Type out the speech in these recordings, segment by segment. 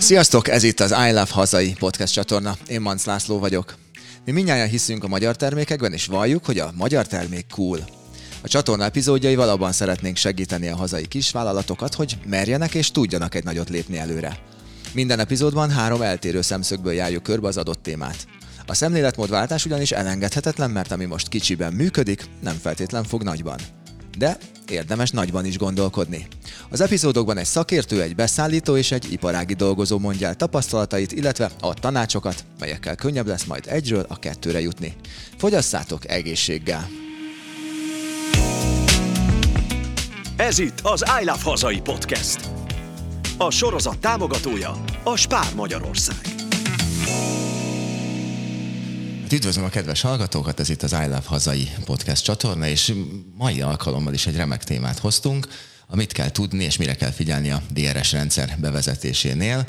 Sziasztok, ez itt az I Love Hazai podcast csatorna. Én Manc László vagyok. Mi mindnyájan hiszünk a magyar termékekben, és valljuk, hogy a magyar termék cool. A csatorna epizódjaival abban szeretnénk segíteni a hazai kisvállalatokat, hogy merjenek és tudjanak egy nagyot lépni előre. Minden epizódban 3 eltérő szemszögből járjuk körbe az adott témát. A szemléletmódváltás ugyanis elengedhetetlen, mert ami most kicsiben működik, nem feltétlen fog nagyban. De érdemes nagyban is gondolkodni. Az epizódokban egy szakértő, egy beszállító és egy iparági dolgozó mondja el tapasztalatait, illetve ad tanácsokat, melyekkel könnyebb lesz majd 1-ről a 2-re jutni. Fogyasszátok egészséggel! Ez itt az I Love Hazai Podcast. A sorozat támogatója a Spár Magyarország. Üdvözlöm a kedves hallgatókat, ez itt az I Love Hazai Podcast csatorna, és mai alkalommal is egy remek témát hoztunk, amit kell tudni és mire kell figyelni a DRS rendszer bevezetésénél.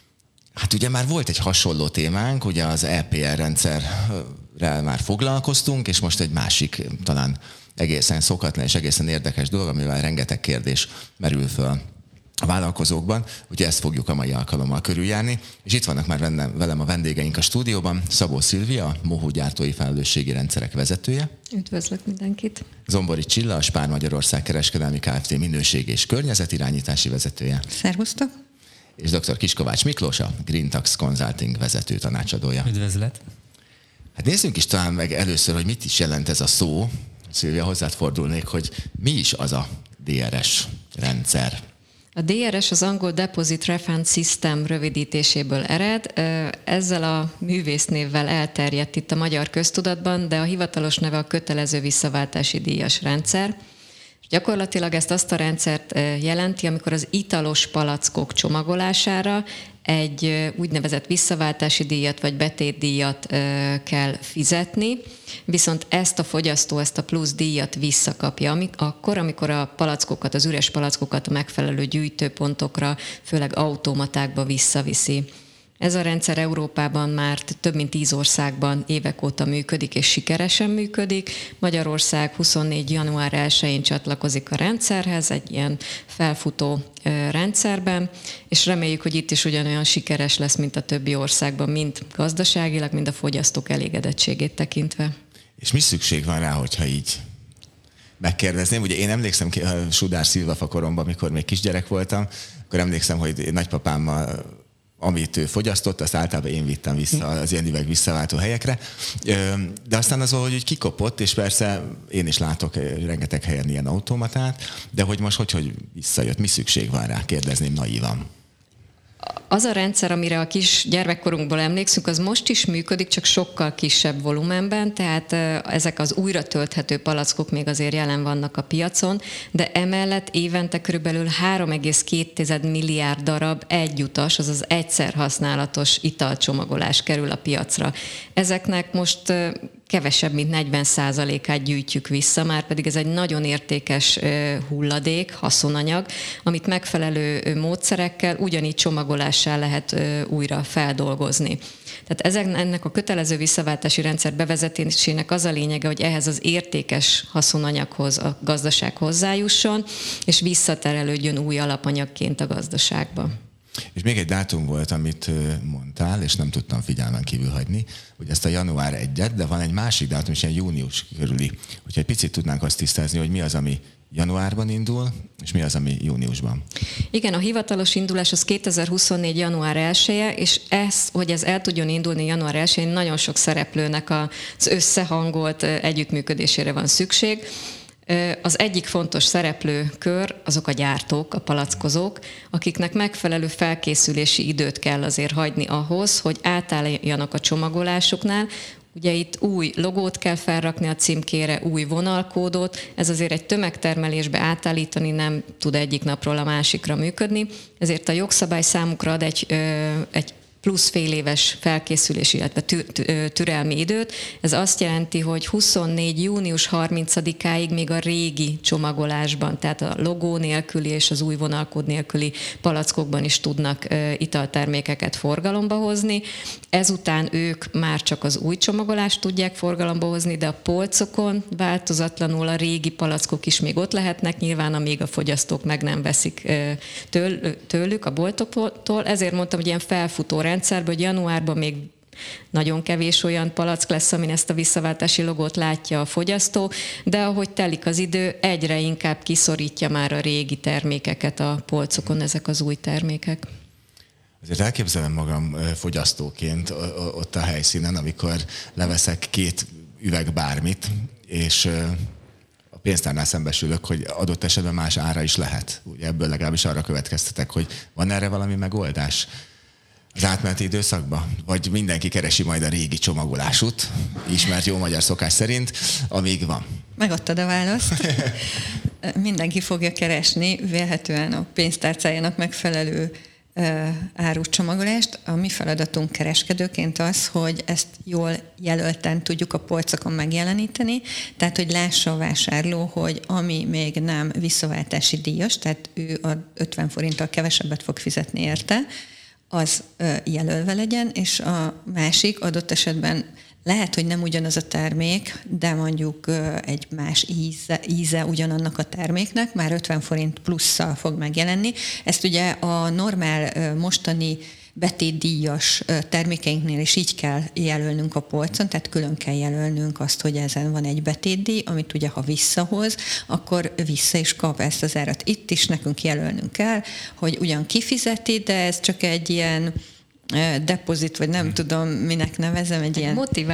Hát ugye már volt egy hasonló témánk, ugye az EPR rendszerrel már foglalkoztunk, és most egy másik, talán egészen szokatlan és egészen érdekes dolog, amivel rengeteg kérdés merül föl a vállalkozókban, ugye ezt fogjuk a mai alkalommal körüljárni, és itt vannak már velem a vendégeink a stúdióban, Szabó Szilvia, a Mohó gyártói felelősségi rendszerek vezetője. Üdvözlök mindenkit. Zombori Csilla, a Spár Magyarország kereskedelmi Kft. Minőség és környezetirányítási vezetője. Szervusztok. És dr. Kiskovács Miklós, a Green-Tax Consulting vezető tanácsadója. Üdvözlet. Hát nézzünk is talán meg először, hogy mit is jelent ez a szó. Szilvia, hozzád fordulnék, hogy mi is az a DRS rendszer. A DRS az angol Deposit Refund System rövidítéséből ered. Ezzel a művésznévvel elterjedt itt a magyar köztudatban, de a hivatalos neve a kötelező visszaváltási díjas rendszer. Gyakorlatilag ezt azt a rendszert jelenti, amikor az italos palackok csomagolására egy úgynevezett visszaváltási díjat vagy betétdíjat kell fizetni, viszont ezt a fogyasztó, ezt a plusz díjat visszakapja akkor, amikor a palackokat, az üres palackokat a megfelelő gyűjtőpontokra, főleg automatákba visszaviszi. Ez a rendszer Európában már több mint 10 országban évek óta működik, és sikeresen működik. Magyarország 24. január 1-én csatlakozik a rendszerhez, egy ilyen felfutó rendszerben, és reméljük, hogy itt is ugyanolyan sikeres lesz, mint a többi országban, mind gazdaságilag, mind a fogyasztók elégedettségét tekintve. És mi szükség van rá, hogyha így megkérdezném? Ugye én emlékszem Sudár Szilvafa koromban, amikor még kisgyerek voltam, akkor emlékszem, hogy nagypapámmal amit ő fogyasztott, azt általában én vittem vissza az ilyen üveg visszaváltó helyekre. De aztán az valahogy kikopott, és persze én is látok rengeteg helyen ilyen automatát, de hogy most hogy visszajött, mi szükség van rá, kérdezném naívan. Az a rendszer, amire a kis gyermekkorunkból emlékszünk, az most is működik, csak sokkal kisebb volumenben, tehát ezek az újra tölthető palackok még azért jelen vannak a piacon, de emellett évente körülbelül 3,2 milliárd darab egyutas, azaz egyszer használatos italcsomagolás kerül a piacra. Ezeknek most kevesebb, mint 40%-át gyűjtjük vissza, már pedig ez egy nagyon értékes hulladék, haszonanyag, amit megfelelő módszerekkel ugyanígy csomagolássá lehet újra feldolgozni. Tehát ennek a kötelező visszaváltási rendszer bevezetésének az a lényege, hogy ehhez az értékes haszonanyaghoz a gazdaság hozzájusson, és visszaterelődjön új alapanyagként a gazdaságba. És még egy dátum volt, amit mondtál, és nem tudtam figyelmen kívül hagyni, hogy ezt a január 1-et, de van egy másik dátum is, ilyen június körüli. Hogyha egy picit tudnánk azt tisztázni, hogy mi az, ami januárban indul, és mi az, ami júniusban. Igen, a hivatalos indulás az 2024. január 1-e, és hogy ez el tudjon indulni január 1-én, nagyon sok szereplőnek az összehangolt együttműködésére van szükség. Az egyik fontos szereplőkör azok a gyártók, a palackozók, akiknek megfelelő felkészülési időt kell azért hagyni ahhoz, hogy átálljanak a csomagolásuknál. Ugye itt új logót kell felrakni a címkére, új vonalkódot, ez azért egy tömegtermelésbe átállítani nem tud egyik napról a másikra működni, ezért a jogszabály számukra ad egy plusz fél éves felkészülés, illetve türelmi időt. Ez azt jelenti, hogy 24. június 30-áig még a régi csomagolásban, tehát a logó nélküli és az új vonalkód nélküli palackokban is tudnak italtermékeket forgalomba hozni. Ezután ők már csak az új csomagolást tudják forgalomba hozni, de a polcokon változatlanul a régi palackok is még ott lehetnek, nyilván amíg a fogyasztók meg nem veszik tőlük, a boltoktól. Ezért mondtam, hogy ilyen felfutó rendszerben, hogy januárban még nagyon kevés olyan palack lesz, amin ezt a visszaváltási logót látja a fogyasztó, de ahogy telik az idő, egyre inkább kiszorítja már a régi termékeket a polcokon, ezek az új termékek. Azért elképzelem magam fogyasztóként ott a helyszínen, amikor leveszek 2 üveg bármit, és a pénztárnál szembesülök, hogy adott esetben más ára is lehet. Ugye ebből legalábbis arra következtetek, hogy van erre valami megoldás az átmeneti időszakban? Vagy mindenki keresi majd a régi csomagolásút, ismert jó magyar szokás szerint, amíg van? Megadtad a választ. Mindenki fogja keresni vélhetően a pénztárcájának megfelelő árucsomagolást. A mi feladatunk kereskedőként az, hogy ezt jól jelölten tudjuk a polcokon megjeleníteni, tehát hogy lássa a vásárló, hogy ami még nem visszaváltási díjas, tehát ő a 50 forinttal kevesebbet fog fizetni érte, az jelölve legyen, és a másik adott esetben lehet, hogy nem ugyanaz a termék, de mondjuk egy más íze ugyanannak a terméknek, már 50 forint plusszal fog megjelenni. Ezt ugye a normál mostani betétdíjas termékeinknél is így kell jelölnünk a polcon, tehát külön kell jelölnünk azt, hogy ezen van egy betétdíj, amit ugye ha visszahoz, akkor vissza is kap ezt az árat. Itt is nekünk jelölnünk kell, hogy ugyan kifizeti, de ez csak egy ilyen depozit, vagy nem tudom, minek nevezem, egy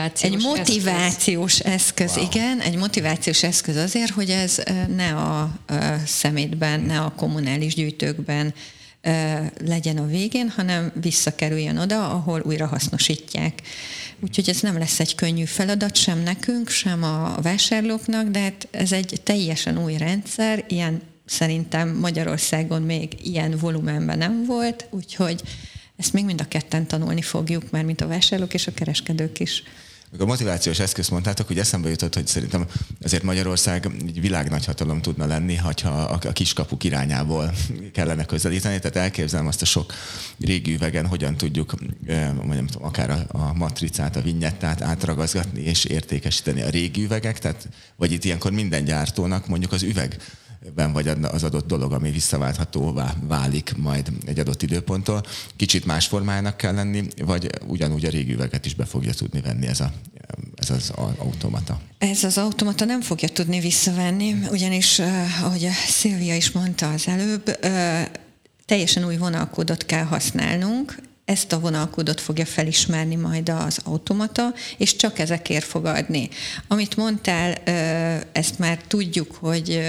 motivációs eszköz. Wow. Igen, egy motivációs eszköz azért, hogy ez ne a szemétben, ne a kommunális gyűjtőkben legyen a végén, hanem visszakerüljön oda, ahol újra hasznosítják. Úgyhogy ez nem lesz egy könnyű feladat sem nekünk, sem a vásárlóknak, de hát ez egy teljesen új rendszer, ilyen szerintem Magyarországon még ilyen volumenben nem volt, úgyhogy ezt még mind a ketten tanulni fogjuk, már mint a vásárlók és a kereskedők is. A motivációs eszközt mondtátok, hogy eszembe jutott, hogy szerintem azért Magyarország egy világnagyhatalom tudna lenni, ha a kiskapuk irányából kellene közelíteni. Tehát elképzelem azt a sok régi üvegen, hogyan tudjuk mondjam, akár a matricát, a vignettát átragazgatni és értékesíteni a régi üvegek. Tehát, vagy itt ilyenkor minden gyártónak mondjuk az üvegben vagy az adott dolog, ami visszaválthatóvá válik majd egy adott időponttól. Kicsit más formájának kell lenni, vagy ugyanúgy a régi üveget is be fogja tudni venni ez az automata? Ez az automata nem fogja tudni visszavenni, ugyanis, ahogy a Szilvia is mondta az előbb, teljesen új vonalkódot kell használnunk, ezt a vonalkódot fogja felismerni majd az automata, és csak ezekért fog adni. Amit mondtál, ezt már tudjuk, hogy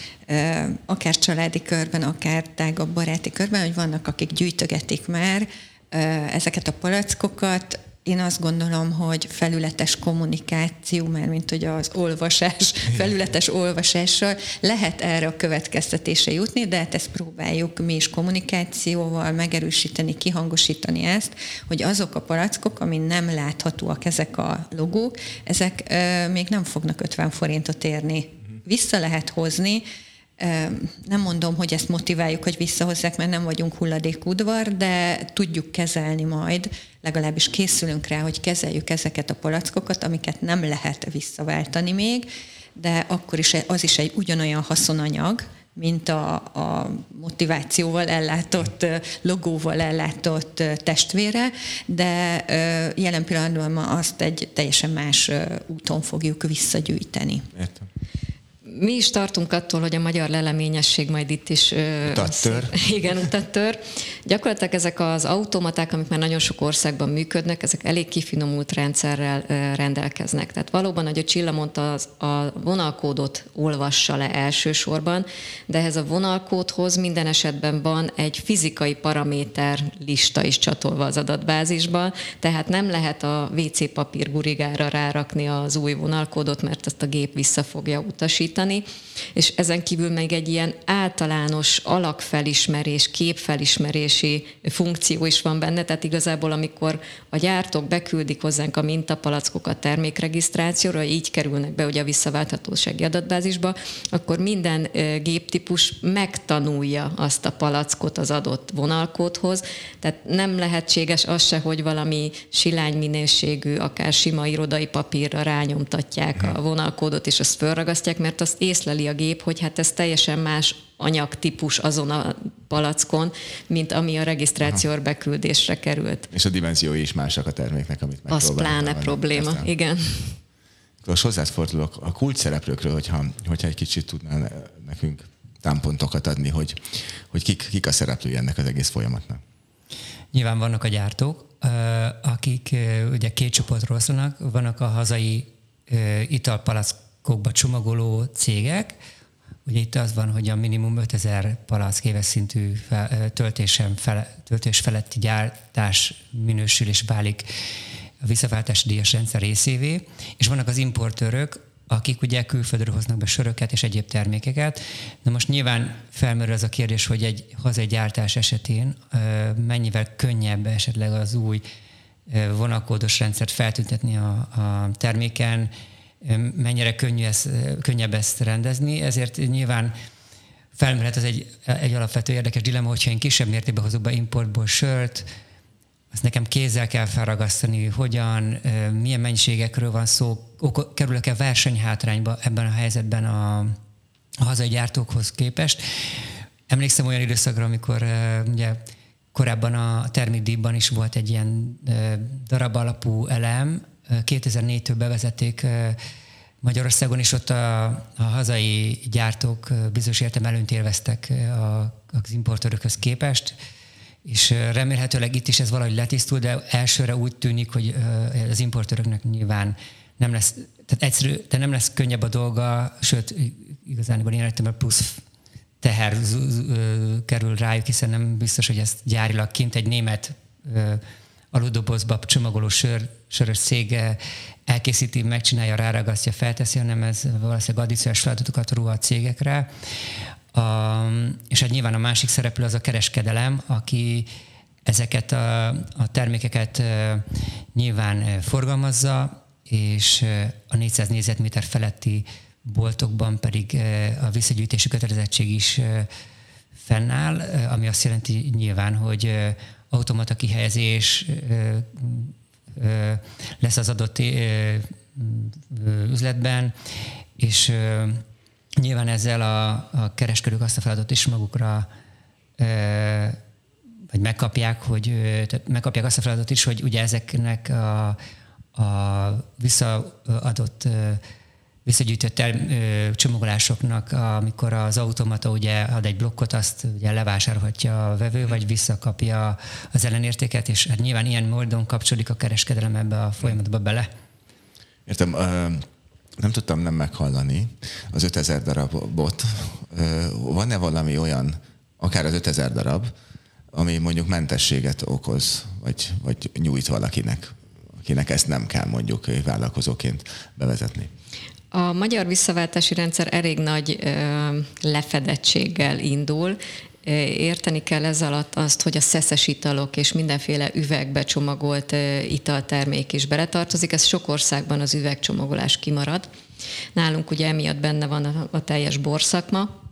akár családi körben, akár tágabb baráti körben, hogy vannak, akik gyűjtögetik már ezeket a palackokat. Én azt gondolom, hogy felületes kommunikáció, mint hogy az olvasás, felületes olvasással lehet erre a következtetésre jutni, de hát ezt próbáljuk mi is kommunikációval megerősíteni, kihangosítani ezt, hogy azok a palackok, amin nem láthatóak ezek a logók, ezek még nem fognak 50 forintot érni. Vissza lehet hozni. Nem mondom, hogy ezt motiváljuk, hogy visszahozzák, mert nem vagyunk hulladékudvar, de tudjuk kezelni majd, legalábbis készülünk rá, hogy kezeljük ezeket a palackokat, amiket nem lehet visszaváltani még, de akkor is az is egy ugyanolyan haszonanyag, mint a motivációval ellátott, logóval ellátott testvére, de jelen pillanatban azt egy teljesen más úton fogjuk visszagyűjteni. Értem. Mi is tartunk attól, hogy a magyar leleményesség majd itt is utat tör. Gyakorlatilag ezek az automaták, amik már nagyon sok országban működnek, ezek elég kifinomult rendszerrel rendelkeznek. Tehát valóban, ahogy a Csilla mondta, a vonalkódot olvassa le elsősorban, de ehhez a vonalkódhoz minden esetben van egy fizikai paraméter lista is csatolva az adatbázisban, tehát nem lehet a WC papír gurigára rárakni az új vonalkódot, mert azt a gép vissza fogja utasítani. bizonyítani, és ezen kívül még egy ilyen általános alakfelismerés, képfelismerési funkció is van benne, tehát igazából amikor a gyártók beküldik hozzánk a mintapalackokat termékregisztrációra, így kerülnek be ugye a visszaválthatósági adatbázisba, akkor minden géptípus megtanulja azt a palackot az adott vonalkódhoz, tehát nem lehetséges az se, hogy valami silány minőségű, akár sima irodai papírra rányomtatják a vonalkódot, és azt fölragasztják, mert azt észleli a gép, hogy hát ez teljesen más anyagtípus azon a palackon, mint ami a regisztrációra beküldésre került. És a dimenziói is másak a terméknek, amit megpróbálnak. Az pláne probléma, igen. Most hozzád fordulok a kulcs szereplőkről, hogyha egy kicsit tudnál nekünk támpontokat adni, hogy kik a szereplői ennek az egész folyamatnak. Nyilván vannak a gyártók, akik ugye két csoportról szólnak, vannak a hazai italpalackokba csomagoló cégek. Ugye itt az van, hogy a minimum 5000 palack éves szintű töltés feletti gyártás minősül és válik a visszaváltási díjas rendszer részévé, és vannak az importőrök, akik ugye külföldről hoznak be söröket és egyéb termékeket. Na most nyilván felmerül az a kérdés, hogy egy hazai gyártás esetén mennyivel könnyebb esetleg az új vonalkódos rendszert feltüntetni a terméken, mennyire könnyebb ezt rendezni, ezért nyilván felmerülhet az egy alapvető érdekes dilemma, hogyha én kisebb mértékben hozok be importból sört, azt nekem kézzel kell felragasztani, hogyan, milyen mennyiségekről van szó, kerülök-e versenyhátrányba ebben a helyzetben a hazai gyártókhoz képest. Emlékszem olyan időszakra, amikor ugye korábban a termékdíjban is volt egy ilyen darab alapú elem, 2004-től bevezették Magyarországon, és ott a hazai gyártók bizonyos értelemben előnyt élveztek az importőrökhöz képest, és remélhetőleg itt is ez valahogy letisztul, de elsőre úgy tűnik, hogy az importőröknek nyilván nem lesz, tehát nem lesz könnyebb a dolga, sőt, igazából ilyen értelemben plusz teher kerül rájuk, hiszen nem biztos, hogy ezt gyárilag kint egy német aludobozba csomagoló sörös cég elkészíti, megcsinálja, ráragasztja, felteszi, hanem ez valószínűleg addicionális feladatokat ró a cégekre. És hát nyilván a másik szereplő az a kereskedelem, aki ezeket a termékeket nyilván forgalmazza, és a 400 négyzetméter feletti boltokban pedig a visszagyűjtési kötelezettség is fennáll, ami azt jelenti nyilván, hogy automata kihelyezés lesz az adott üzletben, és nyilván ezzel a kereskedők azt a feladatot is magukra vagy megkapják, megkapják azt a feladatot is, hogy ugye ezeknek a visszagyűjtött csomagolásoknak, amikor az automata ugye ad egy blokkot, azt ugye levásárolhatja a vevő, vagy visszakapja az ellenértéket, és hát nyilván ilyen módon kapcsolódik a kereskedelem ebbe a folyamatba bele. Értem, nem tudtam nem meghallani az 5000 darabot. Van-e valami olyan, akár az 5000 darab, ami mondjuk mentességet okoz, vagy nyújt valakinek, akinek ezt nem kell mondjuk vállalkozóként bevezetni? A magyar visszaváltási rendszer elég nagy lefedettséggel indul. Érteni kell ez alatt azt, hogy a szeszes italok és mindenféle üvegbe csomagolt italtermék is beletartozik. Ez sok országban az üvegcsomagolás kimarad. Nálunk ugye emiatt benne van a teljes borszakma.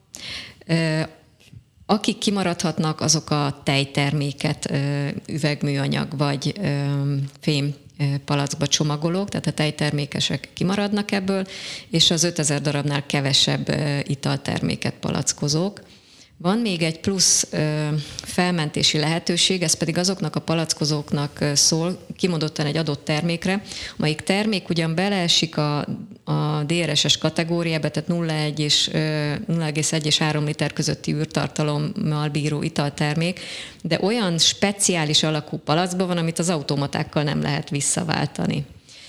Akik kimaradhatnak, azok a tejterméket, üvegműanyag vagy fém palackba csomagolók, tehát a tejtermékesek kimaradnak ebből, és az 5000 darabnál kevesebb italterméket palackozók. Van még egy plusz felmentési lehetőség, ez pedig azoknak a palackozóknak szól, kimondottan egy adott termékre, amelyik termék ugyan beleesik a DRS-es kategóriába, tehát 0,1 és 3 liter közötti űrtartalommal bíró italtermék, de olyan speciális alakú palackban van, amit az automatákkal nem lehet visszaváltani.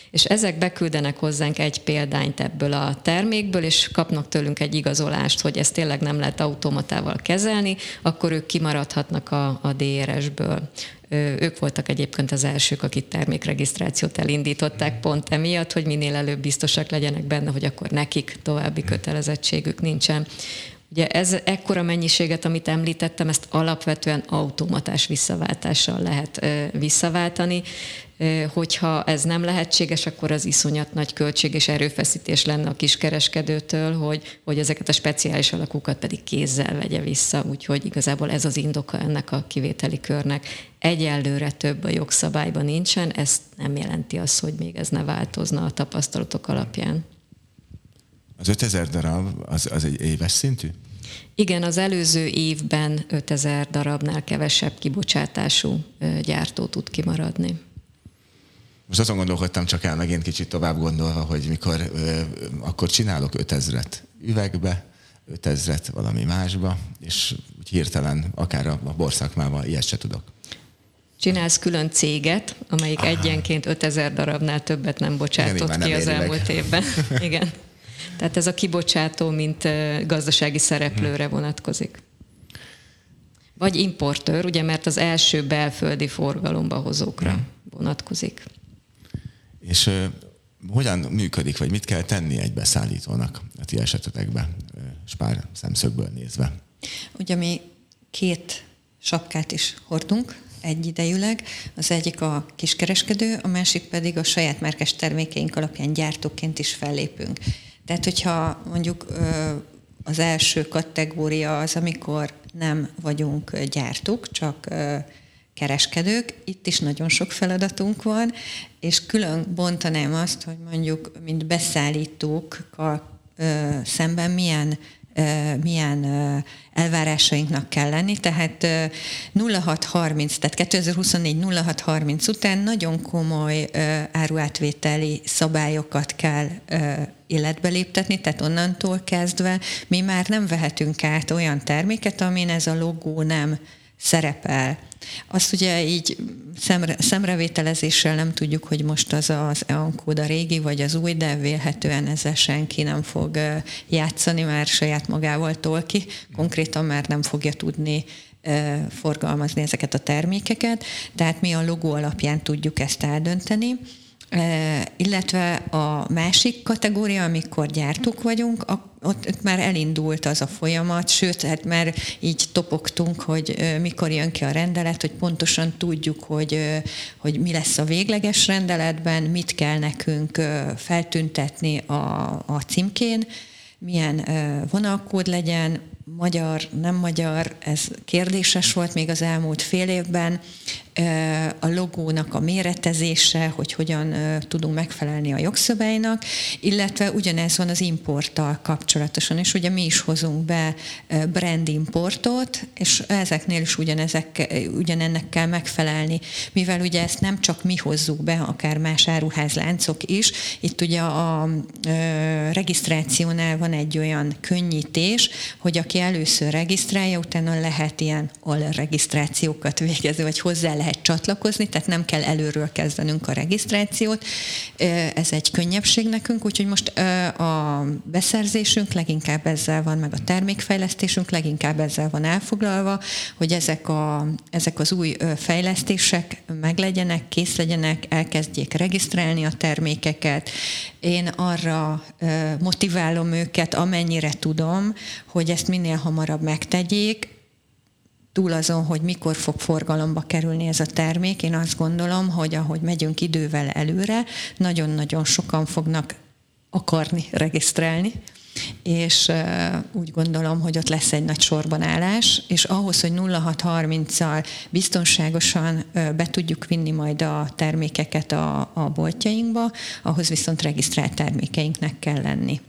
És ezek beküldenek hozzánk egy példányt ebből a termékből, és kapnak tőlünk egy igazolást, hogy ezt tényleg nem lehet automatával kezelni, akkor ők kimaradhatnak a DRS-ből. Ők voltak egyébként az elsők, akik termékregisztrációt elindították pont emiatt, hogy minél előbb biztosak legyenek benne, hogy akkor nekik további kötelezettségük nincsen. Ugye ez ekkora mennyiséget, amit említettem, ezt alapvetően automatás visszaváltással lehet visszaváltani. Hogyha ez nem lehetséges, akkor az iszonyat nagy költség és erőfeszítés lenne a kiskereskedőtől, hogy ezeket a speciális alakukat pedig kézzel vegye vissza. Úgyhogy igazából ez az indoka ennek a kivételi körnek. Egyelőre több a jogszabályban nincsen, ez nem jelenti azt, hogy még ez ne változna a tapasztalatok alapján. Az 5000 darab, az egy éves szintű? Igen, az előző évben 5000 darabnál kevesebb kibocsátású gyártó tud kimaradni. Most azon gondolkodtam csak el megint kicsit tovább gondolva, hogy mikor akkor csinálok 5000-et üvegbe, 5000-et valami másba, és úgy hirtelen akár a borszakmában ilyet se tudok. Csinálsz külön céget, amelyik egyenként 5000 darabnál többet nem bocsátott ki az elmúlt évben. Igen. Tehát ez a kibocsátó, mint gazdasági szereplőre vonatkozik. Vagy importőr, ugye, mert az első belföldi forgalomba hozókra vonatkozik. És hogyan működik, vagy mit kell tenni egy beszállítónak a ti esetetekben, Spár szemszögből nézve? Ugye mi 2 sapkát is hordunk egyidejűleg. Az egyik a kiskereskedő, a másik pedig a saját márkás termékeink alapján gyártóként is fellépünk. Tehát, hogyha mondjuk az első kategória az, amikor nem vagyunk gyártók, csak kereskedők, itt is nagyon sok feladatunk van, és külön bontanám azt, hogy mondjuk, mint beszállítókkal szemben milyen elvárásainknak kell lenni, tehát 0630, tehát 2024 0630 után nagyon komoly áruátvételi szabályokat kell életbe léptetni, tehát onnantól kezdve mi már nem vehetünk át olyan terméket, amin ez a logó nem szerepel. Azt ugye így szemrevételezéssel nem tudjuk, hogy most az EON-kód a régi vagy az új, de vélhetően ezzel senki nem fog játszani, már saját magával tol ki, konkrétan már nem fogja tudni forgalmazni ezeket a termékeket, tehát mi a logó alapján tudjuk ezt eldönteni. Illetve a másik kategória, amikor gyártók vagyunk, ott már elindult az a folyamat, sőt, hát már így topogtunk, hogy mikor jön ki a rendelet, hogy pontosan tudjuk, hogy mi lesz a végleges rendeletben, mit kell nekünk feltüntetni a címkén, milyen vonalkód legyen, magyar, nem magyar, ez kérdéses volt még az elmúlt fél évben. A logónak a méretezése, hogy hogyan tudunk megfelelni a jogszabálynak, illetve ugyanez van az importtal kapcsolatosan, és ugye mi is hozunk be brand importot, és ezeknél is ugyanennek kell megfelelni, mivel ugye ezt nem csak mi hozzuk be, akár más áruházláncok is, itt ugye a regisztrációnál van egy olyan könnyítés, hogy aki először regisztrálja, utána lehet ilyen alregisztrációkat végezni, vagy hozzá lehet csatlakozni, tehát nem kell előről kezdenünk a regisztrációt. Ez egy könnyebbség nekünk, úgyhogy most a beszerzésünk leginkább ezzel van, meg a termékfejlesztésünk leginkább ezzel van elfoglalva, hogy ezek az új fejlesztések meglegyenek, kész legyenek, elkezdjék regisztrálni a termékeket. Én arra motiválom őket, amennyire tudom, hogy ezt minél hamarabb megtegyék, túl azon, hogy mikor fog forgalomba kerülni ez a termék. Én azt gondolom, hogy ahogy megyünk idővel előre, nagyon-nagyon sokan fognak akarni regisztrálni, és úgy gondolom, hogy ott lesz egy nagy sorbanállás, és ahhoz, hogy 0630-al biztonságosan be tudjuk vinni majd a termékeket a boltjainkba, ahhoz viszont regisztrált termékeinknek kell lenni.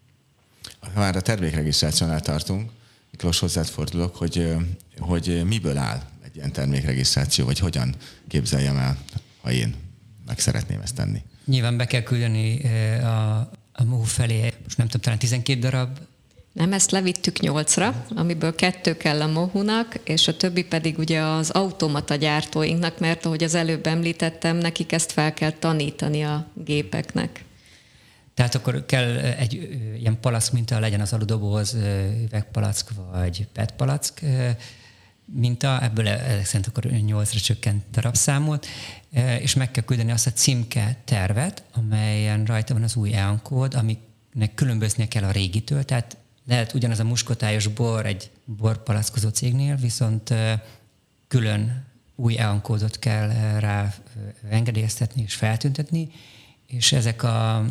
Ha már a termékregisztrációnál tartunk, Miklós, hozzád fordulok, hogy miből áll egy ilyen termékregisztráció, vagy hogyan képzeljem el, ha én meg szeretném ezt tenni. Nyilván be kell küldeni a MOU felé, most nem tudom, talán 12 darab Nem, ezt levittük 8-ra, amiből 2 kell a Mohunak, és a többi pedig ugye az automata gyártóinknak, mert ahogy az előbb említettem, nekik ezt fel kell tanítani a gépeknek. Tehát akkor kell egy ilyen palack minta, legyen az aludoboz, üvegpalack vagy PET palack minta, ebből ezek szerint akkor 8-ra csökkent darabszámot, és meg kell küldeni azt a címke tervet, amelyen rajta van az új EAN kód, amiknek különböznie kell a régitől, tehát lehet ugyanaz a muskotályos bor egy borpalackozó cégnél, viszont külön új EAN kódot kell rá engedélyeztetni és feltüntetni, és ezek a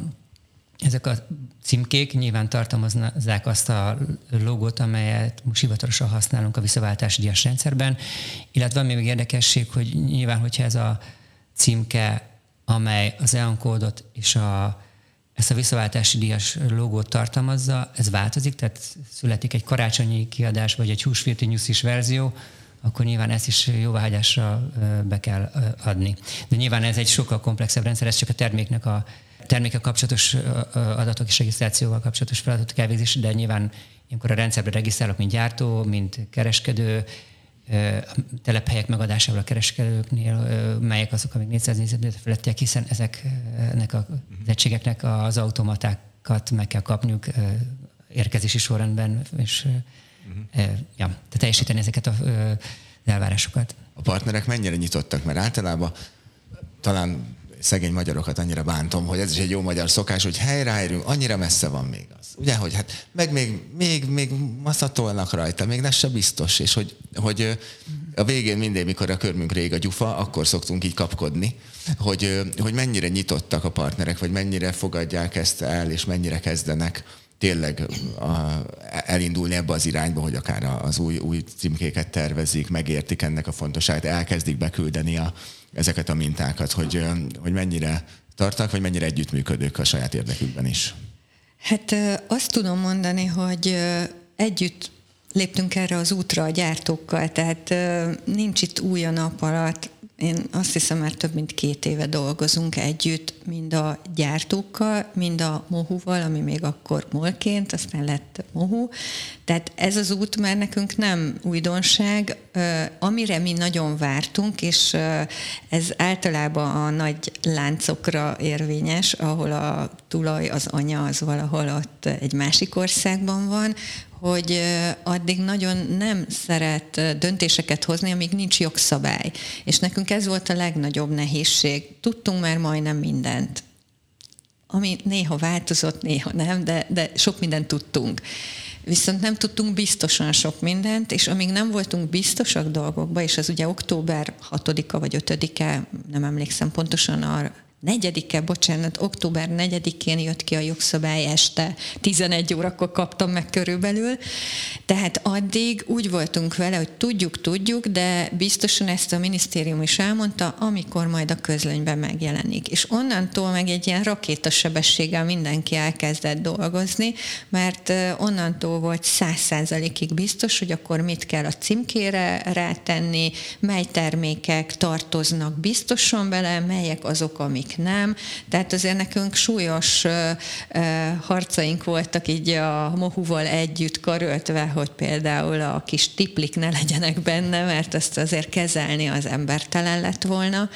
címkék nyilván tartalmazzák azt a logót, amelyet most hivatalosan használunk a visszaváltási díjas rendszerben, illetve ami még érdekesség, hogy nyilván, hogyha ez a címke, amely az EAN kódot és ezt a visszaváltási díjas logót tartalmazza, ez változik, tehát születik egy karácsonyi kiadás, vagy egy húsvéti nyuszis verzió, akkor nyilván ezt is jóváhagyásra be kell adni. De nyilván ez egy sokkal komplexebb rendszer, ez csak a termékkel kapcsolatos adatok és regisztrációval kapcsolatos feladatok elvégzés, de nyilván ilyenkor a rendszerbe regisztrálok, mint gyártó, mint kereskedő, telephelyek megadásával a kereskedőknél, melyek azok, amik 400 négyzetméter felettiek, hiszen ezeknek az egységeknek az automatákat meg kell kapniuk érkezési sorrendben, és tehát teljesíteni ezeket az elvárásokat. A partnerek mennyire nyitottak? Mert általában talán szegény magyarokat annyira bántom, hogy ez is egy jó magyar szokás, hogy helyreállunk, annyira messze van még az. Ugye, hogy hát meg még maszatolnak rajta, még ez se biztos, és hogy a végén mindig, mikor a körmünk rég a gyufa, akkor szoktunk így kapkodni, hogy mennyire nyitottak a partnerek, vagy mennyire fogadják ezt el, és mennyire kezdenek tényleg elindulni ebbe az irányba, hogy akár az új címkéket tervezik, megértik ennek a fontosságát, elkezdik beküldeni ezeket a mintákat, hogy mennyire tartanak, vagy mennyire együttműködők a saját érdekükben is. Hát azt tudom mondani, hogy együtt léptünk erre az útra a gyártókkal, tehát nincs itt új a nap alatt. Én azt hiszem, már több mint 2 éve dolgozunk együtt, mind a gyártókkal, mind a Mohuval, ami még akkor MOL-ként, aztán lett Mohu. Tehát ez az út már nekünk nem újdonság, amire mi nagyon vártunk, és ez általában a nagy láncokra érvényes, ahol a tulaj, az anya, az valahol ott egy másik országban van, hogy addig nagyon nem szeret döntéseket hozni, amíg nincs jogszabály. És nekünk ez volt a legnagyobb nehézség. Tudtunk már majdnem mindent. Ami néha változott, néha nem, de sok mindent tudtunk. Viszont nem tudtunk biztosan sok mindent, és amíg nem voltunk biztosak dolgokba, és az ugye október 6-a vagy 5-e, nem emlékszem pontosan arra, 4-e, bocsánat, október 4-én jött ki a jogszabály este, 11 órakor kaptam meg körülbelül. Tehát addig úgy voltunk vele, hogy tudjuk, de biztosan ezt a minisztérium is elmondta, amikor majd a közlönyben megjelenik. És onnantól meg egy ilyen rakétasebességgel mindenki elkezdett dolgozni, mert onnantól volt 100%-ig biztos, hogy akkor mit kell a címkére rátenni, mely termékek tartoznak biztosan bele, melyek azok, amik nem. Tehát azért nekünk súlyos harcaink voltak így a Mohuval együtt karöltve, hogy például a kis tiplik ne legyenek benne, mert azt azért kezelni az embertelen lett volna,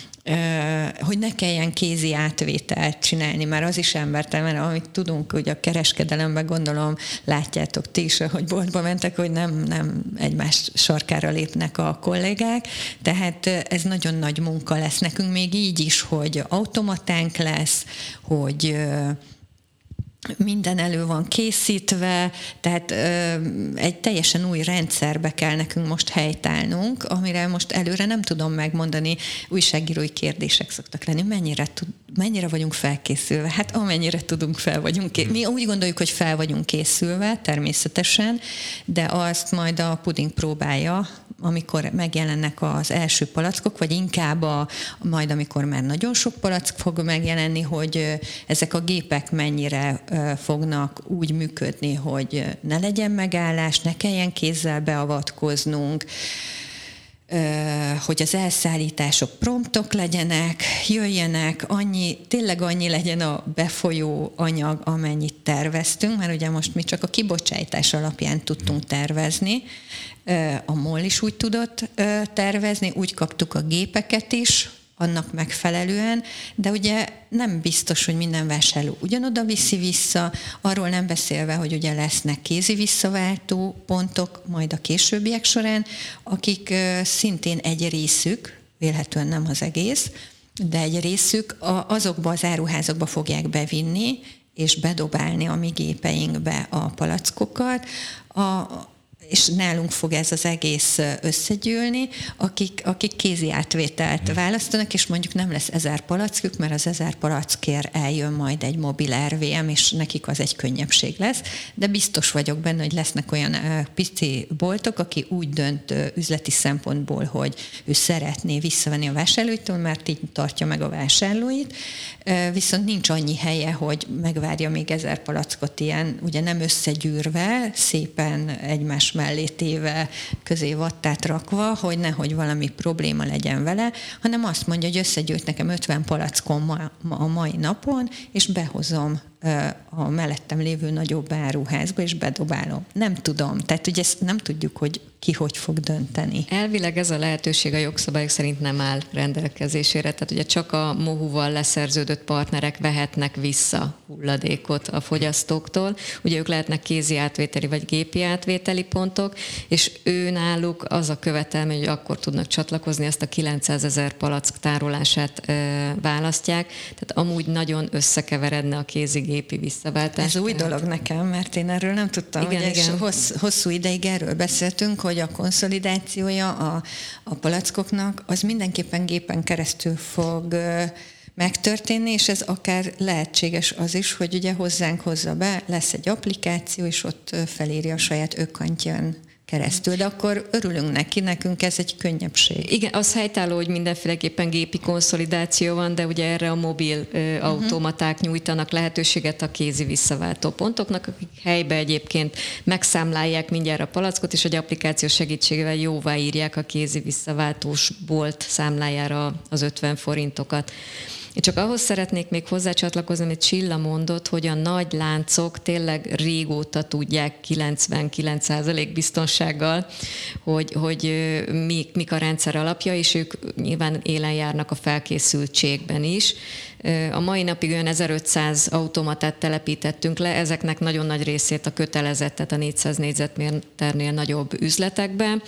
hogy ne kelljen kézi átvételt csinálni, mert az is embertelen, mert amit tudunk, hogy a kereskedelemben gondolom, látjátok ti is, hogy boltba mentek, hogy nem egymás sarkára lépnek a kollégák, tehát ez nagyon nagy munka lesz nekünk még így is, hogy automatánk lesz, hogy minden elő van készítve, tehát egy teljesen új rendszerbe kell nekünk most helytállnunk, amire most előre nem tudom megmondani, újságírói kérdések szoktak lenni, mennyire vagyunk felkészülve. Hát amennyire tudunk, mi úgy gondoljuk, hogy fel vagyunk készülve, természetesen, de azt majd a puding próbálja, amikor megjelennek az első palackok, vagy inkább majd amikor már nagyon sok palack fog megjelenni, hogy ezek a gépek mennyire fognak úgy működni, hogy ne legyen megállás, ne kelljen kézzel beavatkoznunk. hogy az elszállítások promptok legyenek, jöjjenek, tényleg annyi legyen a befolyó anyag, amennyit terveztünk, mert ugye most mi csak a kibocsátás alapján tudtunk tervezni, a MOL is úgy tudott tervezni, úgy kaptuk a gépeket is, annak megfelelően, de ugye nem biztos, hogy minden vásárló ugyanoda viszi vissza, arról nem beszélve, hogy ugye lesznek kézi visszaváltó pontok majd a későbbiek során, akik szintén egy részük, vélhetően nem az egész, de egy részük azokba az áruházakba fogják bevinni, és bedobálni a mi gépeinkbe a palackokat, és nálunk fog ez az egész összegyűlni, akik kézi átvételt választanak, és mondjuk nem lesz 1000 palackjuk, mert az 1000 palackért eljön majd egy mobil RVM, és nekik az egy könnyebbség lesz, de biztos vagyok benne, hogy lesznek olyan pici boltok, aki úgy dönt üzleti szempontból, hogy ő szeretné visszavenni a vásárlóitól, mert így tartja meg a vásárlóit, viszont nincs annyi helye, hogy megvárja még 1000 palackot ilyen, ugye nem összegyűrve, szépen egymás mellé téve, közé vattát rakva, hogy nehogy valami probléma legyen vele, hanem azt mondja, hogy összegyűjt nekem 50 palackom a mai napon, és behozom a mellettem lévő nagyobb áruházba, és bedobálom. Nem tudom. Tehát ugye ezt nem tudjuk, hogy ki hogy fog dönteni. Elvileg ez a lehetőség a jogszabályok szerint nem áll rendelkezésére. Tehát ugye csak a MOHU-val leszerződött partnerek vehetnek vissza hulladékot a fogyasztóktól. Ugye ők lehetnek kézi átvételi vagy gépi átvételi pontok, és náluk az a követelmény, hogy akkor tudnak csatlakozni, ezt a 900 000 palack tárolását választják. Tehát amúgy nagyon összekeveredne a kézi-gépi visszaváltás. Ez új dolog nekem, mert én erről nem tudtam. Igen. Hosszú ideig erről beszéltünk, hogy a konszolidációja a palackoknak az mindenképpen gépen keresztül fog megtörténni, és ez akár lehetséges az is, hogy ugye hozzánk hozza be, lesz egy applikáció, és ott felírja a saját ökantján keresztül, de akkor örülünk neki, nekünk ez egy könnyebbség. Igen, az helytálló, hogy mindenféleképpen gépi konszolidáció van, de ugye erre a mobil automaták nyújtanak lehetőséget a kézi visszaváltó pontoknak, akik helybe egyébként megszámlálják mindjárt a palackot, és egy applikáció segítségével jóváírják a kézi visszaváltós bolt számlájára az 50 forintokat. Én csak ahhoz szeretnék még hozzácsatlakozni, amit Csilla mondott, hogy a nagy láncok tényleg régóta tudják 99% biztonsággal, hogy mik a rendszer alapja, és ők nyilván élen járnak a felkészültségben is. A mai napig olyan 1500 automatát telepítettünk le, ezeknek nagyon nagy részét a kötelezett, tehát a 400 négyzetméternél nagyobb üzletekben,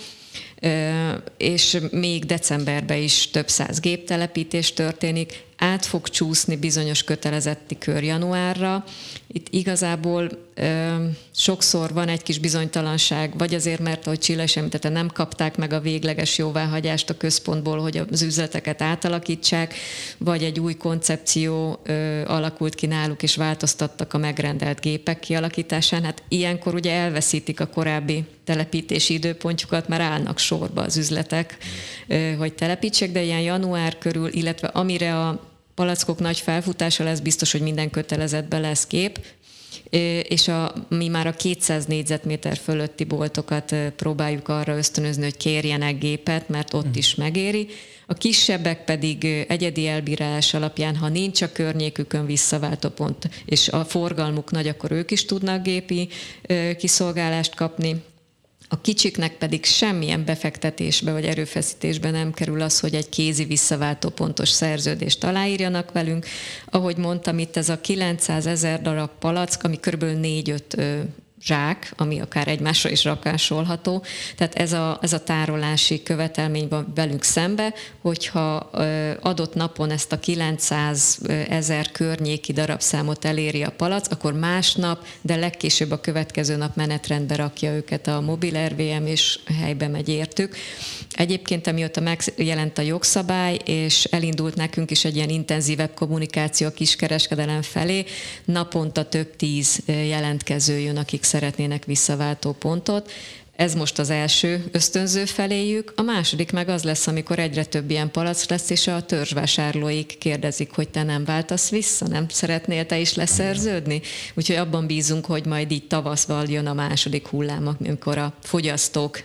és még decemberben is több száz géptelepítés történik, át fog csúszni bizonyos kötelezetti kör januárra. Itt igazából sokszor van egy kis bizonytalanság, vagy azért, mert ahogy Csilla is említette, nem kapták meg a végleges jóváhagyást a központból, hogy az üzleteket átalakítsák, vagy egy új koncepció alakult ki náluk, és változtattak a megrendelt gépek kialakításán. Hát ilyenkor ugye elveszítik a korábbi telepítési időpontjukat, már állnak sorba az üzletek, hogy telepítsék, de ilyen január körül, illetve amire a palackok nagy felfutása lesz, biztos, hogy minden kötelezettben lesz gép, és mi már a 200 négyzetméter fölötti boltokat próbáljuk arra ösztönözni, hogy kérjenek gépet, mert ott is megéri. A kisebbek pedig egyedi elbírálás alapján, ha nincs a környékükön visszaváltó pont, és a forgalmuk nagy, akkor ők is tudnak gépi kiszolgálást kapni. A kicsiknek pedig semmilyen befektetésbe vagy erőfeszítésbe nem kerül az, hogy egy kézi visszaváltó pontos szerződést aláírjanak velünk. Ahogy mondtam, itt ez a 900 000 darab palack, ami kb. 4-5 zsák, ami akár egymásra is rakásolható. Tehát ez a tárolási követelmény van velünk szembe, hogyha adott napon ezt a 900 000 környéki darabszámot eléri a palack, akkor másnap, de legkésőbb a következő nap menetrendbe rakja őket a mobil RVM, és helybe megy értük. Egyébként amióta megjelent a jogszabály, és elindult nekünk is egy ilyen intenzívebb kommunikáció a kiskereskedelem felé, naponta több 10 jelentkező jön, akik szeretnének visszaváltó pontot. Ez most az első ösztönző feléjük. A második meg az lesz, amikor egyre több ilyen palack lesz, és a törzsvásárlóik kérdezik, hogy te nem váltasz vissza, nem szeretnél te is leszerződni? Úgyhogy abban bízunk, hogy majd így tavaszval jön a második hullám, amikor a fogyasztók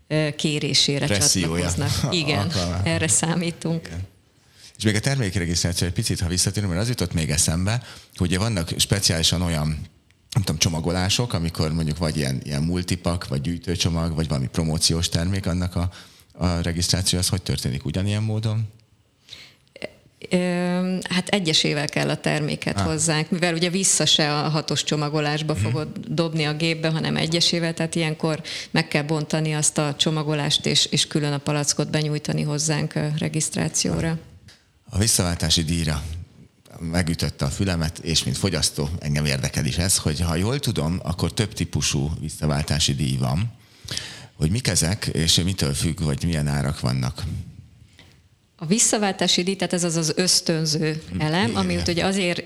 kérésére csatlakoznak. Igen, erre számítunk. Igen. És még a termékregisztráció egy picit, ha visszatérünk, mert az jutott még eszembe, hogy vannak speciálisan olyan, nem tudom, csomagolások, amikor mondjuk vagy ilyen multipak, vagy gyűjtőcsomag, vagy valami promóciós termék, annak a regisztráció, az hogy történik ugyanilyen módon? Hát egyesével kell a terméket hozzánk, mivel ugye vissza se a 6-os csomagolásba fogod dobni a gépbe, hanem egyesével, tehát ilyenkor meg kell bontani azt a csomagolást, és külön a palackot benyújtani hozzánk a regisztrációra. A visszaváltási díjra megütötte a fülemet, és mint fogyasztó engem érdekel is ez, hogy ha jól tudom, akkor több típusú visszaváltási díj van, hogy mik ezek, és mitől függ, vagy milyen árak vannak. A visszaváltási díj, tehát ez az ösztönző elem, ami ugye azért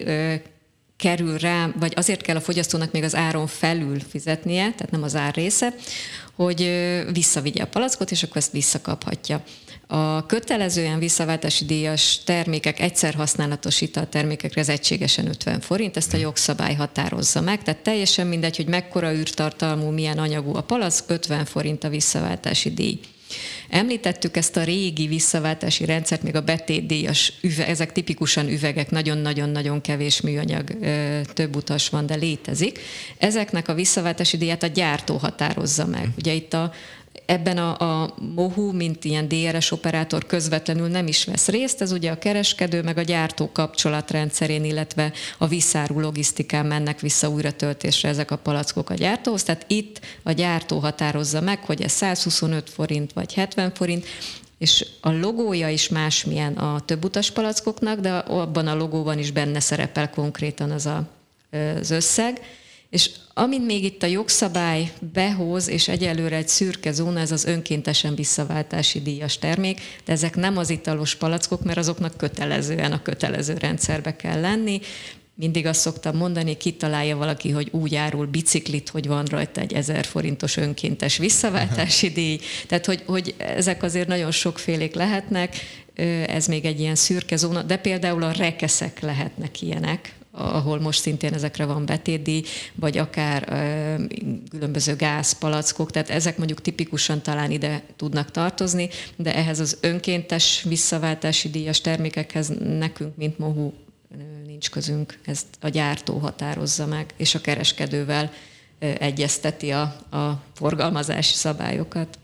kerül rá, vagy azért kell a fogyasztónak még az áron felül fizetnie, tehát nem az ár része, hogy visszavigye a palackot, és akkor ezt visszakaphatja. A kötelezően visszaváltási díjas termékek, egyszer használatos italtermékekre ez egységesen 50 forint, ezt a jogszabály határozza meg, tehát teljesen mindegy, hogy mekkora űrtartalmú, milyen anyagú a palack, 50 forint a visszaváltási díj. Említettük ezt a régi visszaváltási rendszert, még a betétdíjas üveg, ezek tipikusan üvegek, nagyon-nagyon-nagyon kevés műanyag, több utas van, de létezik. Ezeknek a visszaváltási díját a gyártó határozza meg. Ugye itt ebben a MOHU, mint ilyen DRS operátor közvetlenül nem is vesz részt, ez ugye a kereskedő meg a gyártó kapcsolatrendszerén, illetve a visszárú logisztikán mennek vissza újratöltésre ezek a palackok a gyártóhoz, tehát itt a gyártó határozza meg, hogy ez 125 forint vagy 70 forint, és a logója is másmilyen a többutas palackoknak, de abban a logóban is benne szerepel konkrétan az összeg. És amint még itt a jogszabály behoz, és egyelőre egy szürke zóna, ez az önkéntesen visszaváltási díjas termék, de ezek nem az italos palackok, mert azoknak kötelezően a kötelező rendszerbe kell lenni. Mindig azt szoktam mondani, kitalálja valaki, hogy úgy árul biciklit, hogy van rajta egy 1000 forintos önkéntes visszaváltási díj. Tehát, hogy ezek azért nagyon sokfélék lehetnek, ez még egy ilyen szürke zóna, de például a rekeszek lehetnek ilyenek, ahol most szintén ezekre van betétdíj, vagy akár különböző gázpalackok, tehát ezek mondjuk tipikusan talán ide tudnak tartozni, de ehhez az önkéntes visszaváltási díjas termékekhez nekünk, mint MOHU, nincs közünk. Ezt a gyártó határozza meg, és a kereskedővel egyezteti a forgalmazási szabályokat.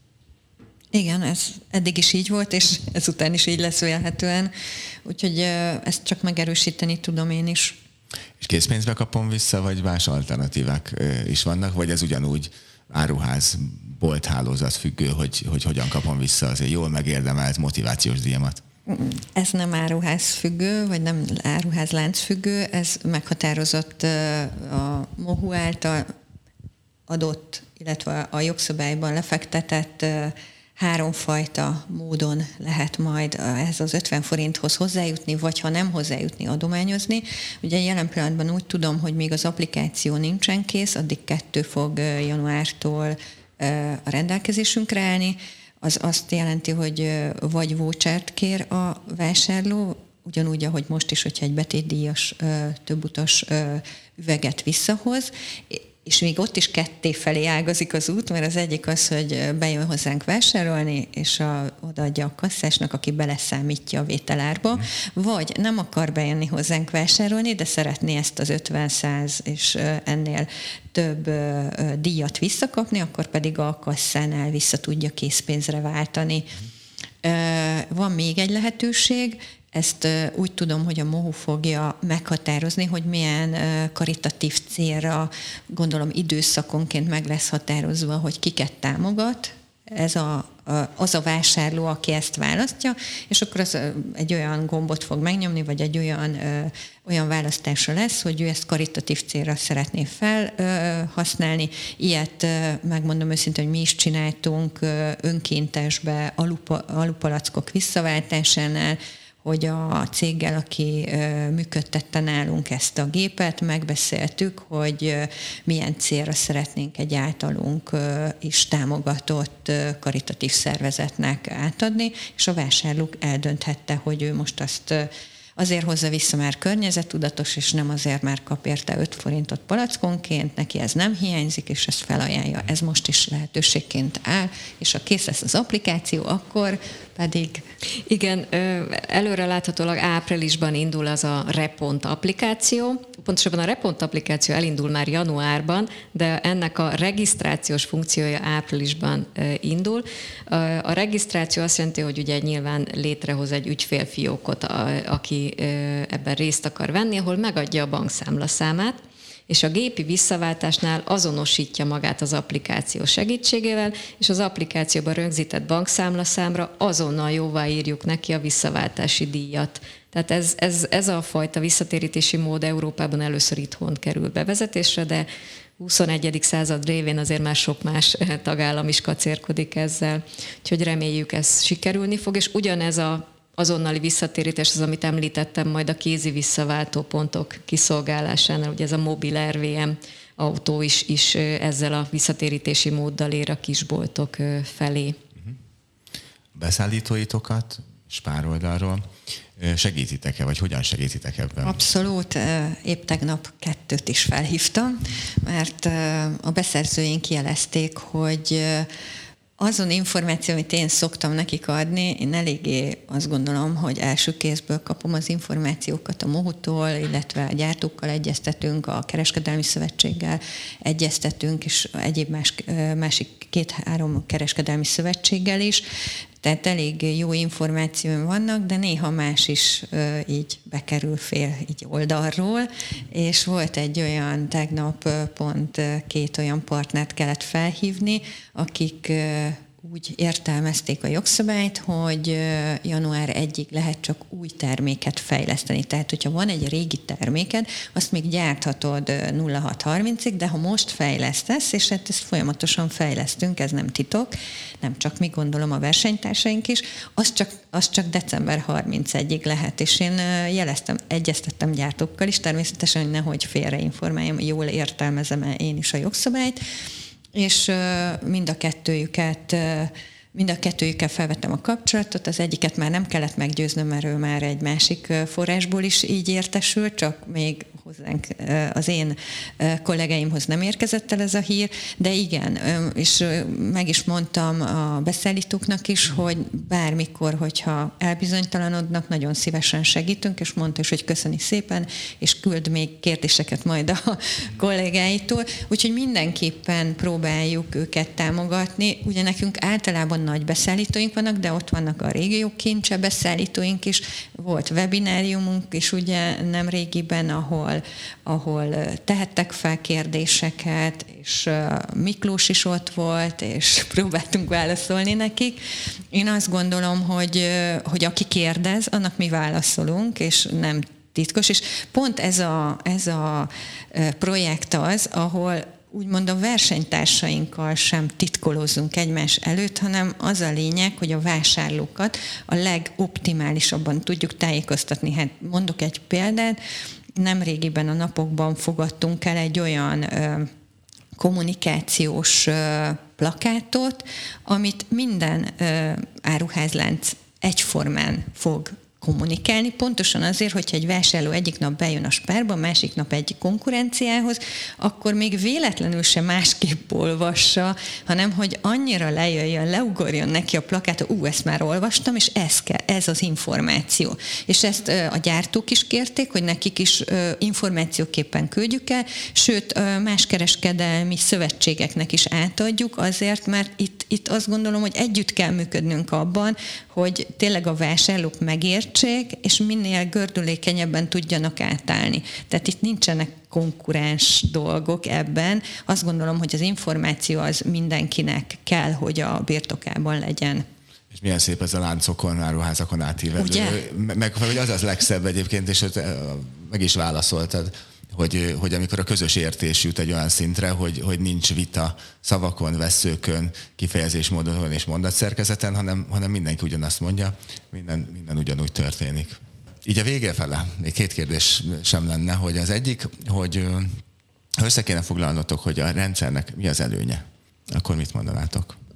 Igen, ez eddig is így volt, és ezután is így lesz vélhetően. Úgyhogy ezt csak megerősíteni tudom én is. És készpénzbe kapom vissza, vagy más alternatívák is vannak, vagy ez ugyanúgy áruház, bolthálózat függő, hogy hogyan kapom vissza azért jól megérdemelt motivációs díjamat? Ez nem áruház függő, vagy nem áruházlánc függő, ez meghatározott a MOHU által adott, illetve a jogszabályban lefektetett 3 fajta módon lehet majd ehhez az 50 forinthoz hozzájutni, vagy ha nem hozzájutni, adományozni. Ugye jelen pillanatban úgy tudom, hogy még az applikáció nincsen kész, addig 2 fog januártól a rendelkezésünkre állni. Az azt jelenti, hogy vagy vouchert kér a vásárló, ugyanúgy, ahogy most is, hogyha egy betétdíjas többutas üveget visszahoz, és még ott is ketté felé ágazik az út, mert az egyik az, hogy bejön hozzánk vásárolni, és odaadja a kasszásnak, aki beleszámítja a vételárba, vagy nem akar bejönni hozzánk vásárolni, de szeretné ezt az 50-100 és ennél több díjat visszakapni, akkor pedig a kasszánál vissza tudja készpénzre váltani. Van még egy lehetőség, ezt úgy tudom, hogy a MOHU fogja meghatározni, hogy milyen karitatív célra, gondolom időszakonként meg lesz határozva, hogy kiket támogat az a vásárló, aki ezt választja, és akkor az egy olyan gombot fog megnyomni, vagy egy olyan választása lesz, hogy ő ezt karitatív célra szeretné felhasználni. Ilyet megmondom őszintén, hogy mi is csináltunk önkéntesbe alupalackok visszaváltásánál, hogy a céggel, aki működtette nálunk ezt a gépet, megbeszéltük, hogy milyen célra szeretnénk egy általunk is támogatott karitatív szervezetnek átadni, és a vásárló eldönthette, hogy ő most azt Azért hozza vissza, mert környezettudatos, és nem azért, mert kap érte 5 forintot palackonként, neki ez nem hiányzik, és ezt felajánlja. Ez most is lehetőségként áll, és ha kész lesz az applikáció, akkor pedig... Igen, előre láthatólag áprilisban indul az a Repont applikáció. Pontosabban a Repont applikáció elindul már januárban, de ennek a regisztrációs funkciója áprilisban indul. A regisztráció azt jelenti, hogy ugye nyilván létrehoz egy ügyfélfiókot, aki ebben részt akar venni, ahol megadja a bankszámlaszámát, és a gépi visszaváltásnál azonosítja magát az applikáció segítségével, és az applikációban rögzített bankszámlaszámra azonnal jóváírjuk neki a visszaváltási díjat. Tehát ez a fajta visszatérítési mód Európában először itthon kerül bevezetésre, de 21. század révén azért már sok más tagállam is kacérkodik ezzel. Úgyhogy reméljük, ez sikerülni fog, és ugyanez a azonnali visszatérítés az, amit említettem majd a kézi visszaváltó pontok kiszolgálásánál, ugye ez a mobil RVM autó is ezzel a visszatérítési móddal ér a kisboltok felé. Beszállítóitokat Spár segítitek-e, vagy hogyan segítitek ebben? Abszolút. Épp tegnap 2 is felhívtam, mert a beszerzőink jelezték, hogy azon információ, amit én szoktam nekik adni, én eléggé azt gondolom, hogy első kézből kapom az információkat a MOHU-tól, illetve a gyártókkal egyeztetünk, a Kereskedelmi Szövetséggel egyeztetünk, és egyéb másik 2-3 kereskedelmi szövetséggel is. Tehát elég jó információim vannak, de néha más is így bekerül fél így oldalról, és volt egy olyan, tegnap pont 2 olyan partnert kellett felhívni, akik úgy értelmezték a jogszabályt, hogy január 1-ig lehet csak új terméket fejleszteni. Tehát, hogyha van egy régi terméked, azt még gyárthatod 0630-ig, de ha most fejlesztesz, és hát ezt folyamatosan fejlesztünk, ez nem titok, nem csak mi, gondolom a versenytársaink is, az csak december 31-ig lehet. És én egyeztettem gyártókkal is, természetesen, hogy nehogy félreinformáljam, jól értelmezem én is a jogszabályt, és mind a kettőjükkel felvettem a kapcsolatot, az egyiket már nem kellett meggyőznöm, mert ő már egy másik forrásból is így értesült, csak még hozzánk, az én kollégáimhoz nem érkezett el ez a hír, de igen, és meg is mondtam a beszállítóknak is, hogy bármikor, hogyha elbizonytalanodnak, nagyon szívesen segítünk, és mondta is, hogy köszöni szépen, és küld még kérdéseket majd a kollégáitól, úgyhogy mindenképpen próbáljuk őket támogatni. Ugye nekünk általában nagy beszállítóink vannak, de ott vannak a régiók kincse beszállítóink is, volt webináriumunk is ugye nem régiben, ahol tehettek fel kérdéseket, és Miklós is ott volt, és próbáltunk válaszolni nekik. Én azt gondolom, hogy aki kérdez, annak mi válaszolunk, és nem titkos, és pont ez a projekt az, ahol úgymond a versenytársainkkal sem titkolózzunk egymás előtt, hanem az a lényeg, hogy a vásárlókat a legoptimálisabban tudjuk tájékoztatni. Hát mondok egy példát, nemrégiben a napokban fogadtunk el egy olyan kommunikációs plakátot, amit minden áruházlánc egyformán fog kommunikálni, pontosan azért, hogyha egy vásárló egyik nap bejön a Spárba, másik nap egy konkurenciához, akkor még véletlenül sem másképp olvassa, hanem hogy annyira lejöjjön, leugorjon neki a plakát, ezt már olvastam, és ez az információ. És ezt a gyártók is kérték, hogy nekik is információképpen küldjük el, sőt, más kereskedelmi szövetségeknek is átadjuk azért, mert itt azt gondolom, hogy együtt kell működnünk abban, hogy tényleg a vásárlók megértsék, és minél gördülékenyebben tudjanak átállni. Tehát itt nincsenek konkurens dolgok ebben. Azt gondolom, hogy az információ az mindenkinek kell, hogy a birtokában legyen. És milyen szép ez a láncokon, áruházakon átívelő. Meg az legszebb egyébként, és meg is válaszoltad, hogy amikor a közös értés jut egy olyan szintre, hogy nincs vita szavakon, vesszőkön, kifejezésmódon és mondatszerkezeten, hanem mindenki ugyanazt mondja, minden ugyanúgy történik. Így a vége fele, még 2 kérdés sem lenne, hogy az egyik, hogy össze kéne foglalnotok, hogy a rendszernek mi az előnye. Akkor mit mondanátok?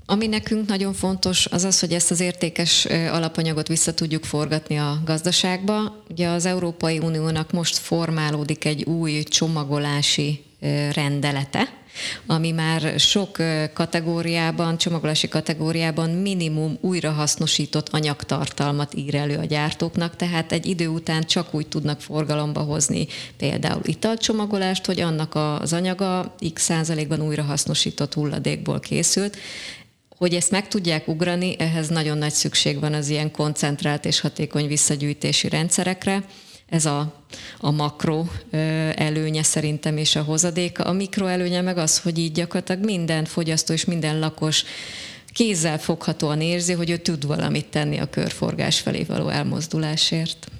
Ami nekünk nagyon fontos, az az, hogy ezt az értékes alapanyagot vissza tudjuk forgatni a gazdaságba. Ugye az Európai Uniónak most formálódik egy új csomagolási rendelete, ami már sok kategóriában, csomagolási kategóriában minimum újrahasznosított anyagtartalmat ír elő a gyártóknak, tehát egy idő után csak úgy tudnak forgalomba hozni például italcsomagolást, hogy annak az anyaga x% újrahasznosított hulladékból készült. Hogy ezt meg tudják ugrani, ehhez nagyon nagy szükség van az ilyen koncentrált és hatékony visszagyűjtési rendszerekre. Ez a makro előnye szerintem és a hozadéka. A mikro előnye meg az, hogy így gyakorlatilag minden fogyasztó és minden lakos kézzel foghatóan érzi, hogy ő tud valamit tenni a körforgás felé való elmozdulásért.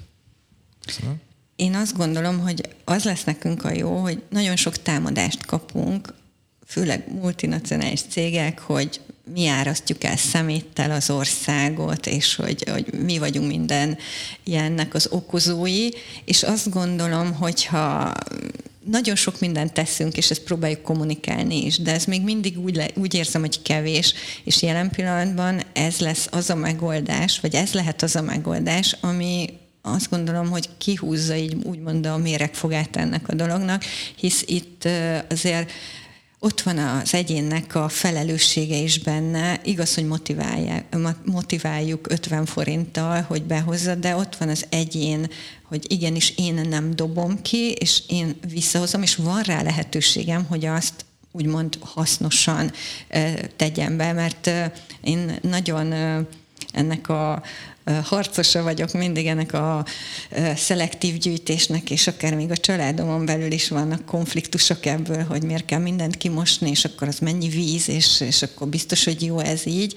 Én azt gondolom, hogy az lesz nekünk a jó, hogy nagyon sok támadást kapunk, főleg multinacionális cégek, hogy mi árasztjuk el szeméttel az országot, és hogy mi vagyunk minden ilyennek az okozói, és azt gondolom, hogyha nagyon sok mindent teszünk, és ezt próbáljuk kommunikálni is, de ez még mindig úgy érzem, hogy kevés, és jelen pillanatban ez lesz az a megoldás, vagy ez lehet az a megoldás, ami azt gondolom, hogy kihúzza így úgymond a méregfogát ennek a dolognak, hisz itt azért ott van az egyénnek a felelőssége is benne, igaz, hogy motiváljuk 50 forinttal, hogy behozza, de ott van az egyén, hogy igenis én nem dobom ki, és én visszahozom, és van rá lehetőségem, hogy azt úgymond hasznosan tegyem be, mert én nagyon ennek a harcosa vagyok mindig ennek a szelektív gyűjtésnek, és akár még a családomon belül is vannak konfliktusok ebből, hogy miért kell mindent kimosni, és akkor az mennyi víz, és akkor biztos, hogy jó ez így.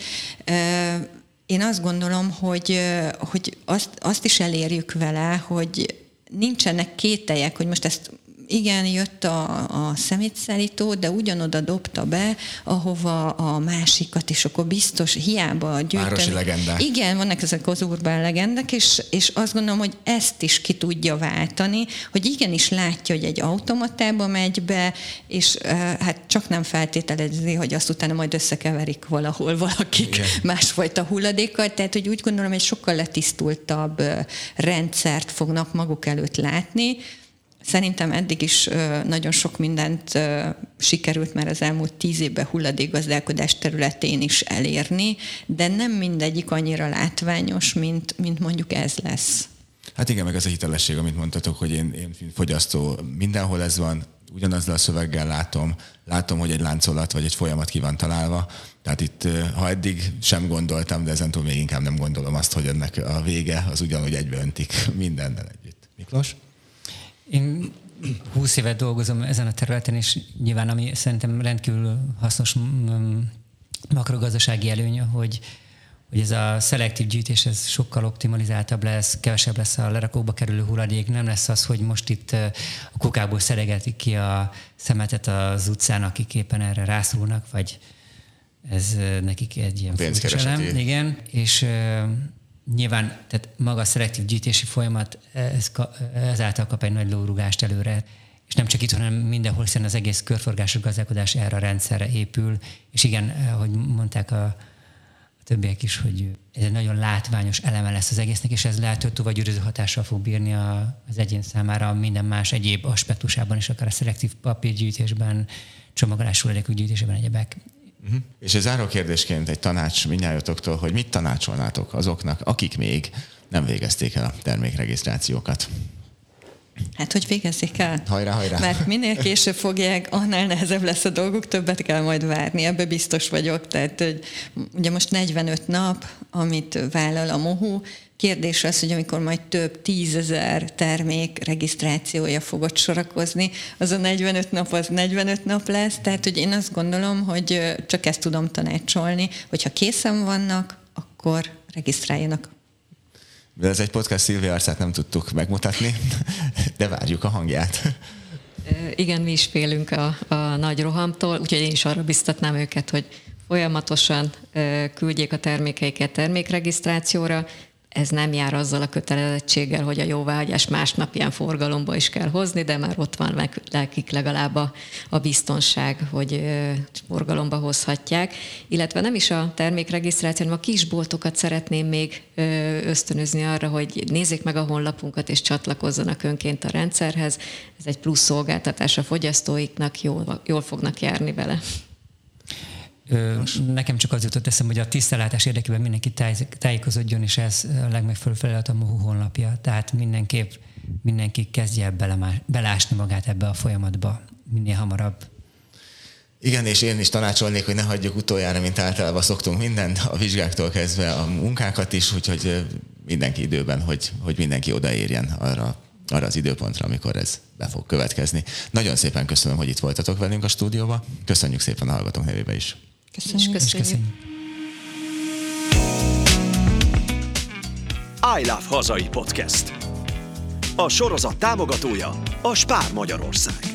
Én azt gondolom, hogy azt is elérjük vele, hogy nincsenek kételyek, hogy most ezt igen, jött a szemétszállító, de ugyanoda dobta be, ahova a másikat, és akkor biztos hiába gyűjteni. Városi legendák. Igen, vannak ezek az urbán legendák, és azt gondolom, hogy ezt is ki tudja váltani, hogy igenis látja, hogy egy automatába megy be, és hát csak nem feltételezi, hogy azt utána majd összekeverik valahol valakik másfajta hulladékkal, tehát hogy úgy gondolom, egy sokkal letisztultabb rendszert fognak maguk előtt látni. Szerintem eddig is nagyon sok mindent sikerült már az elmúlt 10 évben hulladékgazdálkodás területén is elérni, de nem mindegyik annyira látványos, mint mondjuk ez lesz. Hát igen, meg ez a hitelesség, amit mondtatok, hogy én fogyasztó, mindenhol ez van, ugyanazzal a szöveggel látom, hogy egy láncolat vagy egy folyamat ki van találva. Tehát itt, ha eddig sem gondoltam, de ezentúl még inkább nem gondolom azt, hogy ennek a vége az ugyanúgy egybeöntik mindennel együtt. Miklós? Én 20 évet dolgozom ezen a területen, és nyilván ami szerintem rendkívül hasznos makrogazdasági előnye, hogy ez a szelektív gyűjtés ez sokkal optimalizáltabb lesz, kevesebb lesz a lerakóba kerülő hulladék, nem lesz az, hogy most itt a kukából szeregetik ki a szemetet az utcán, akik éppen erre rászorulnak, vagy ez nekik egy ilyen pénzkereseti. Igen, és nyilván tehát maga a szelektív gyűjtési folyamat ezáltal kap egy nagy lórugást előre, és nem csak itt, hanem mindenhol, hiszen az egész körforgásos gazdálkodás erre a rendszerre épül, és igen, ahogy mondták a többiek is, hogy ez egy nagyon látványos eleme lesz az egésznek, és ez lehet, hogy továbbgyűrűző hatással fog bírni az egyén számára minden más egyéb aspektusában is, akár a szelektív papírgyűjtésben, csomagolás hulladékok gyűjtésében, egyebek. Uh-huh. És ez záró kérdésként egy tanács mindnyájotoktól, hogy mit tanácsolnátok azoknak, akik még nem végezték el a termékregisztrációkat? Hát, hogy végezzék el? Hajrá, hajrá! Mert minél később fogják, annál nehezebb lesz a dolguk, többet kell majd várni, ebbe biztos vagyok. Tehát, hogy ugye most 45 nap, amit vállal a MOHU, kérdés az, hogy amikor majd több 10 000 termék regisztrációja fogod sorakozni, az a 45 nap az 45 nap lesz, tehát hogy én azt gondolom, hogy csak ezt tudom tanácsolni, hogyha készen vannak, akkor regisztráljanak. De ez egy podcast, Szilvia arcát nem tudtuk megmutatni, de várjuk a hangját. Igen, mi is félünk a nagy rohamtól, úgyhogy én is arra biztatnám őket, hogy folyamatosan küldjék a termékeiket termékregisztrációra. ez nem jár azzal a kötelezettséggel, hogy a jóváhagyás másnap ilyen forgalomba is kell hozni, de már ott van nekik legalább a biztonság, hogy forgalomba hozhatják. Illetve nem is a termékregisztráció, hanem a kisboltokat szeretném még ösztönözni arra, hogy nézzék meg a honlapunkat és csatlakozzanak önként a rendszerhez. Ez egy plusz szolgáltatás a fogyasztóiknak, jól fognak járni vele. Nekem csak az jutott eszembe, hogy a tisztellátás érdekében mindenki tájékozódjon, és ez a legmegfelelőbb feladat a MOHU honlapja. Tehát mindenki kezdje el belásni magát ebbe a folyamatba minél hamarabb. Igen, és én is tanácsolnék, hogy ne hagyjuk utoljára, mint általában szoktunk mindent, a vizsgáktól kezdve a munkákat is, úgyhogy mindenki időben, hogy mindenki odaérjen arra az időpontra, amikor ez be fog következni. Nagyon szépen köszönöm, hogy itt voltatok velünk a stúdióban. Köszönjük szépen a hallgatók nevében is. Köszönjük. I Love Hazai Podcast. A sorozat támogatója a Spár Magyarország.